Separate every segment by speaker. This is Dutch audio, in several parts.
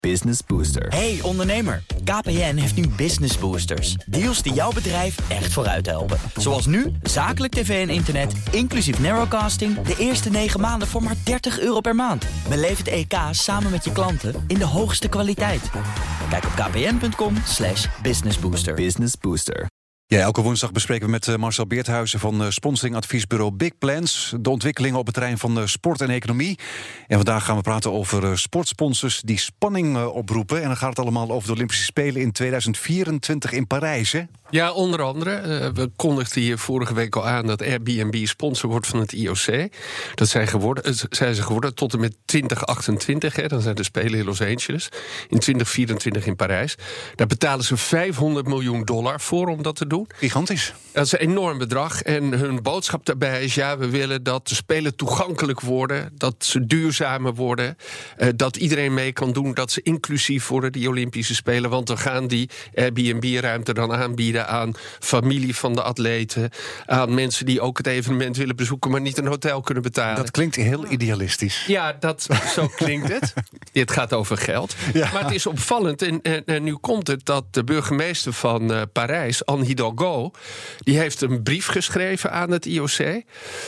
Speaker 1: Business Booster.
Speaker 2: Hey ondernemer, KPN heeft nu Business Boosters. Deals die jouw bedrijf echt vooruit helpen. Zoals nu, zakelijk tv en internet, inclusief narrowcasting... de eerste 9 maanden voor maar €30 per maand. Beleef het EK samen met je klanten in de hoogste kwaliteit. Kijk op kpn.com/businessbooster.
Speaker 1: Business Booster.
Speaker 3: Ja, elke woensdag bespreken we met Marcel Beerthuizen van sponsoringadviesbureau Big Plans de ontwikkelingen op het terrein van sport en economie. En vandaag gaan we praten over sportsponsors die spanning oproepen. En dan gaat het allemaal over de Olympische Spelen in 2024 in Parijs, hè?
Speaker 4: Ja, onder andere. We kondigden hier vorige week al aan dat Airbnb sponsor wordt van het IOC. Dat zijn ze geworden tot en met 2028. Hè. Dan zijn de Spelen in Los Angeles. In 2024 in Parijs. Daar betalen ze $500 miljoen voor om dat te doen.
Speaker 3: Gigantisch.
Speaker 4: Dat is een enorm bedrag. En hun boodschap daarbij is, ja, we willen dat de Spelen toegankelijk worden. Dat ze duurzamer worden. Dat iedereen mee kan doen. Dat ze inclusief worden, die Olympische Spelen. Want we gaan die Airbnb-ruimte dan aanbieden aan familie van de atleten. Aan mensen die ook het evenement willen bezoeken, maar niet een hotel kunnen betalen.
Speaker 3: Dat klinkt heel idealistisch.
Speaker 4: Ja, zo klinkt het. Het gaat over geld. Ja. Maar het is opvallend. En nu komt het dat de burgemeester van Parijs, Anne Hidalgo, die heeft een brief geschreven aan het IOC.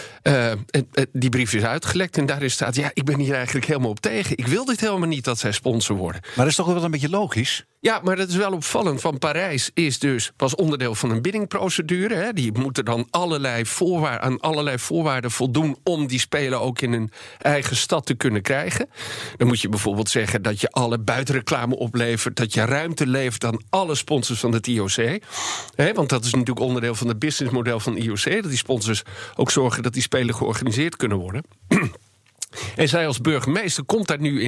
Speaker 4: Die brief is uitgelekt en daarin staat, ja, ik ben hier eigenlijk helemaal op tegen. Ik wil dit helemaal niet dat zij sponsor worden.
Speaker 3: Maar dat is toch wel een beetje logisch?
Speaker 4: Ja, maar dat is wel opvallend. Want Parijs was onderdeel van een biddingprocedure. Hè. Die moeten dan aan allerlei voorwaarden voldoen om die Spelen ook in hun eigen stad te kunnen krijgen. Dan moet je bijvoorbeeld zeggen dat je alle buitenreclame oplevert, dat je ruimte levert aan alle sponsors van het IOC. Want dat is natuurlijk onderdeel van het businessmodel van het IOC, dat die sponsors ook zorgen dat die Spelen georganiseerd kunnen worden. En zij als burgemeester komt daar nu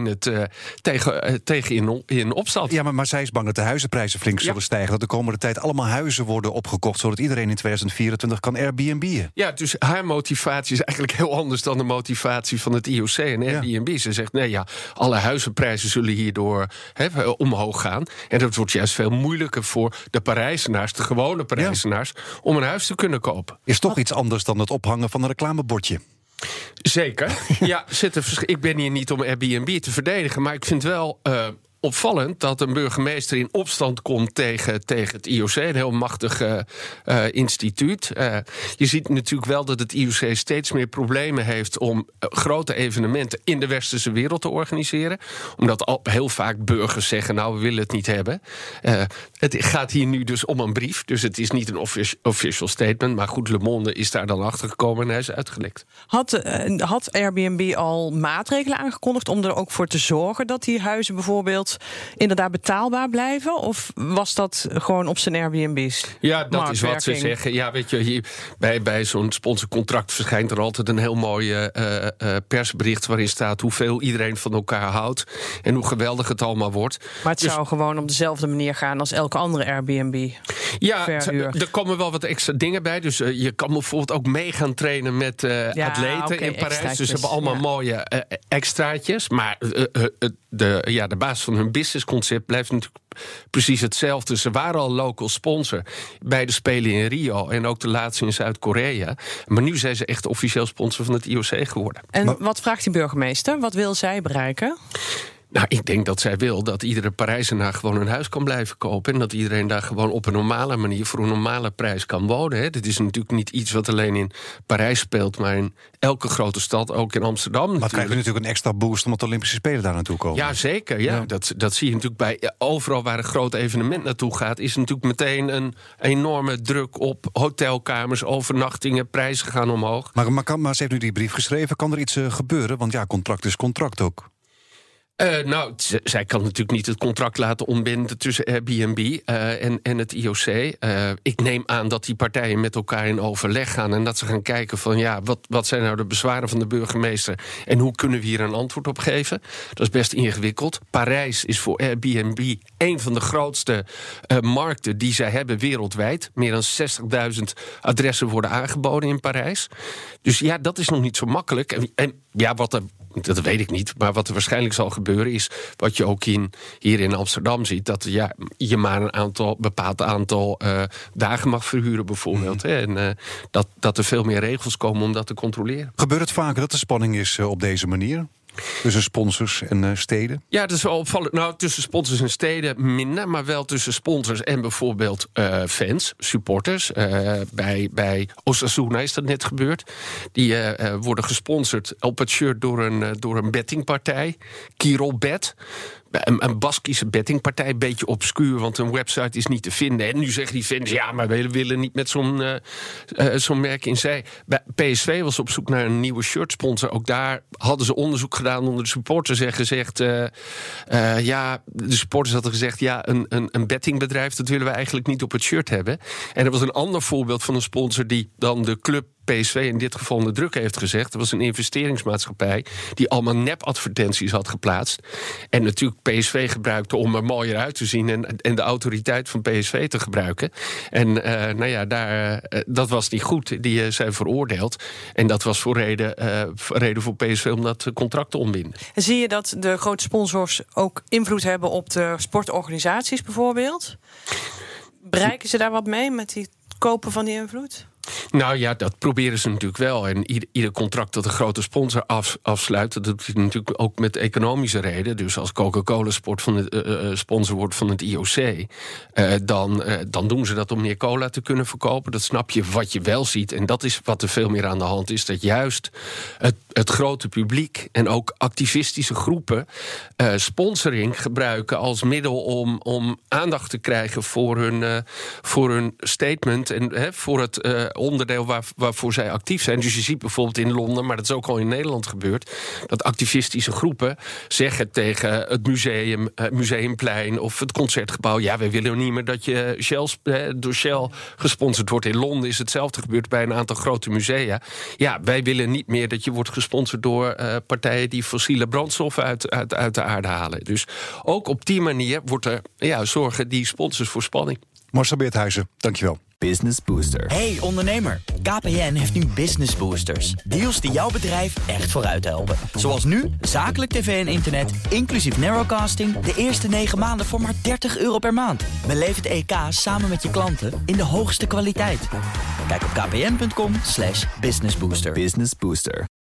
Speaker 4: tegen in opstand.
Speaker 3: Ja, maar zij is bang dat de huizenprijzen flink zullen stijgen. Dat de komende tijd allemaal huizen worden opgekocht, zodat iedereen in 2024 kan Airbnb'en.
Speaker 4: Ja, dus haar motivatie is eigenlijk heel anders dan de motivatie van het IOC en Airbnb. Ja. Ze zegt, nee ja, alle huizenprijzen zullen hierdoor omhoog gaan. En dat wordt juist veel moeilijker voor de Parijzenaars, de gewone Parijzenaars, om een huis te kunnen kopen.
Speaker 3: Is toch iets anders dan het ophangen van een reclamebordje?
Speaker 4: Zeker. Ja, ik ben hier niet om Airbnb te verdedigen, maar ik vind wel opvallend dat een burgemeester in opstand komt tegen het IOC, een heel machtig instituut. Je ziet natuurlijk wel dat het IOC steeds meer problemen heeft om grote evenementen in de westerse wereld te organiseren. Omdat al heel vaak burgers zeggen, nou, we willen het niet hebben. Het gaat hier nu dus om een brief, dus het is niet een official statement. Maar goed, Le Monde is daar dan achter gekomen en hij is uitgelekt.
Speaker 5: Had Airbnb al maatregelen aangekondigd om er ook voor te zorgen dat die huizen bijvoorbeeld inderdaad betaalbaar blijven? Of was dat gewoon op zijn Airbnb's?
Speaker 4: Ja, dat is wat ze zeggen. Ja, weet je, hier bij zo'n sponsorcontract verschijnt er altijd een heel mooi persbericht waarin staat hoeveel iedereen van elkaar houdt en hoe geweldig het allemaal wordt.
Speaker 5: Maar het zou gewoon op dezelfde manier gaan als elke andere Airbnb.
Speaker 4: Ja, er komen wel wat extra dingen bij. Dus je kan bijvoorbeeld ook mee gaan trainen met atleten in Parijs. Dus ze hebben allemaal mooie extraatjes. Maar de basis van hun businessconcept blijft natuurlijk precies hetzelfde. Ze waren al local sponsor bij de Spelen in Rio en ook de laatste in Zuid-Korea. Maar nu zijn ze echt officieel sponsor van het IOC geworden.
Speaker 5: En wat vraagt die burgemeester? Wat wil zij bereiken?
Speaker 4: Nou, ik denk dat zij wil dat iedere Parijzenaar gewoon een huis kan blijven kopen en dat iedereen daar gewoon op een normale manier voor een normale prijs kan wonen. Hè. Dit is natuurlijk niet iets wat alleen in Parijs speelt, maar in elke grote stad, ook in Amsterdam.
Speaker 3: Maar het krijgt natuurlijk een extra boost omdat de Olympische Spelen daar naartoe komen.
Speaker 4: Ja, zeker. Ja. Dat zie je natuurlijk bij overal waar een groot evenement naartoe gaat, is natuurlijk meteen een enorme druk op hotelkamers, overnachtingen, prijzen gaan omhoog.
Speaker 3: Maar ze heeft nu die brief geschreven. Kan er iets gebeuren? Want ja, contract is contract ook.
Speaker 4: Zij kan natuurlijk niet het contract laten ontbinden tussen Airbnb en het IOC. Ik neem aan dat die partijen met elkaar in overleg gaan en dat ze gaan kijken van ja, wat zijn nou de bezwaren van de burgemeester en hoe kunnen we hier een antwoord op geven? Dat is best ingewikkeld. Parijs is voor Airbnb een van de grootste markten die zij hebben wereldwijd. Meer dan 60.000 adressen worden aangeboden in Parijs. Dus ja, dat is nog niet zo makkelijk. En ja, dat weet ik niet, maar wat er waarschijnlijk zal gebeuren is wat je ook hier in Amsterdam ziet, dat je maar een bepaald aantal dagen mag verhuren bijvoorbeeld. En dat er veel meer regels komen om dat te controleren.
Speaker 3: Gebeurt het vaker dat er spanning is op deze manier? Tussen sponsors en steden?
Speaker 4: Ja, dat is wel opvallend. Nou, tussen sponsors en steden minder, maar wel tussen sponsors en bijvoorbeeld fans, supporters. Bij Osasuna is dat net gebeurd. Die worden gesponsord op het shirt door een bettingpartij, Kirolbet. Een Baskische bettingpartij, een beetje obscuur, want een website is niet te vinden. En nu zeggen die fans, ja, maar we willen niet met zo'n merk in zee. PSV was op zoek naar een nieuwe shirtsponsor. Ook daar hadden ze onderzoek gedaan onder de supporters en gezegd... de supporters hadden gezegd, ja, een bettingbedrijf, dat willen we eigenlijk niet op het shirt hebben. En er was een ander voorbeeld van een sponsor die dan de club PSV in dit geval onder druk heeft gezegd. Er was een investeringsmaatschappij die allemaal nep-advertenties had geplaatst. En natuurlijk PSV gebruikte om er mooier uit te zien en de autoriteit van PSV te gebruiken. En dat was niet goed. Die zijn veroordeeld. En dat was reden voor PSV om dat contract te ontbinden.
Speaker 5: En zie je dat de grote sponsors ook invloed hebben op de sportorganisaties bijvoorbeeld? Bereiken ze daar wat mee met die kopen van die invloed?
Speaker 4: Nou ja, dat proberen ze natuurlijk wel. En ieder contract dat een grote sponsor afsluit, dat doet hij natuurlijk ook met economische reden. Dus als Coca-Cola sponsor wordt van het IOC, dan doen ze dat om meer cola te kunnen verkopen. Dat snap je. Wat je wel ziet, en dat is wat er veel meer aan de hand is, dat juist het grote publiek en ook activistische groepen sponsoring gebruiken als middel om aandacht te krijgen voor hun statement en voor het onderdeel waarvoor zij actief zijn. Dus je ziet bijvoorbeeld in Londen, maar dat is ook al in Nederland gebeurd, dat activistische groepen zeggen tegen het Museumplein of het Concertgebouw, ja, wij willen niet meer dat je door Shell gesponsord wordt. In Londen is hetzelfde gebeurd bij een aantal grote musea. Ja, wij willen niet meer dat je wordt gesponsord door partijen die fossiele brandstoffen uit de aarde halen. Dus ook op die manier zorgen die sponsors voor spanning.
Speaker 3: Marcel Beerthuizen, dankjewel.
Speaker 2: Business Booster. Hey ondernemer, KPN heeft nu Business Boosters. Deals die jouw bedrijf echt vooruit helpen. Zoals nu, zakelijk tv en internet, inclusief narrowcasting, de eerste 9 maanden voor maar €30 per maand. Beleef het EK samen met je klanten in de hoogste kwaliteit. Kijk op kpn.com/businessbooster.
Speaker 1: Business Booster.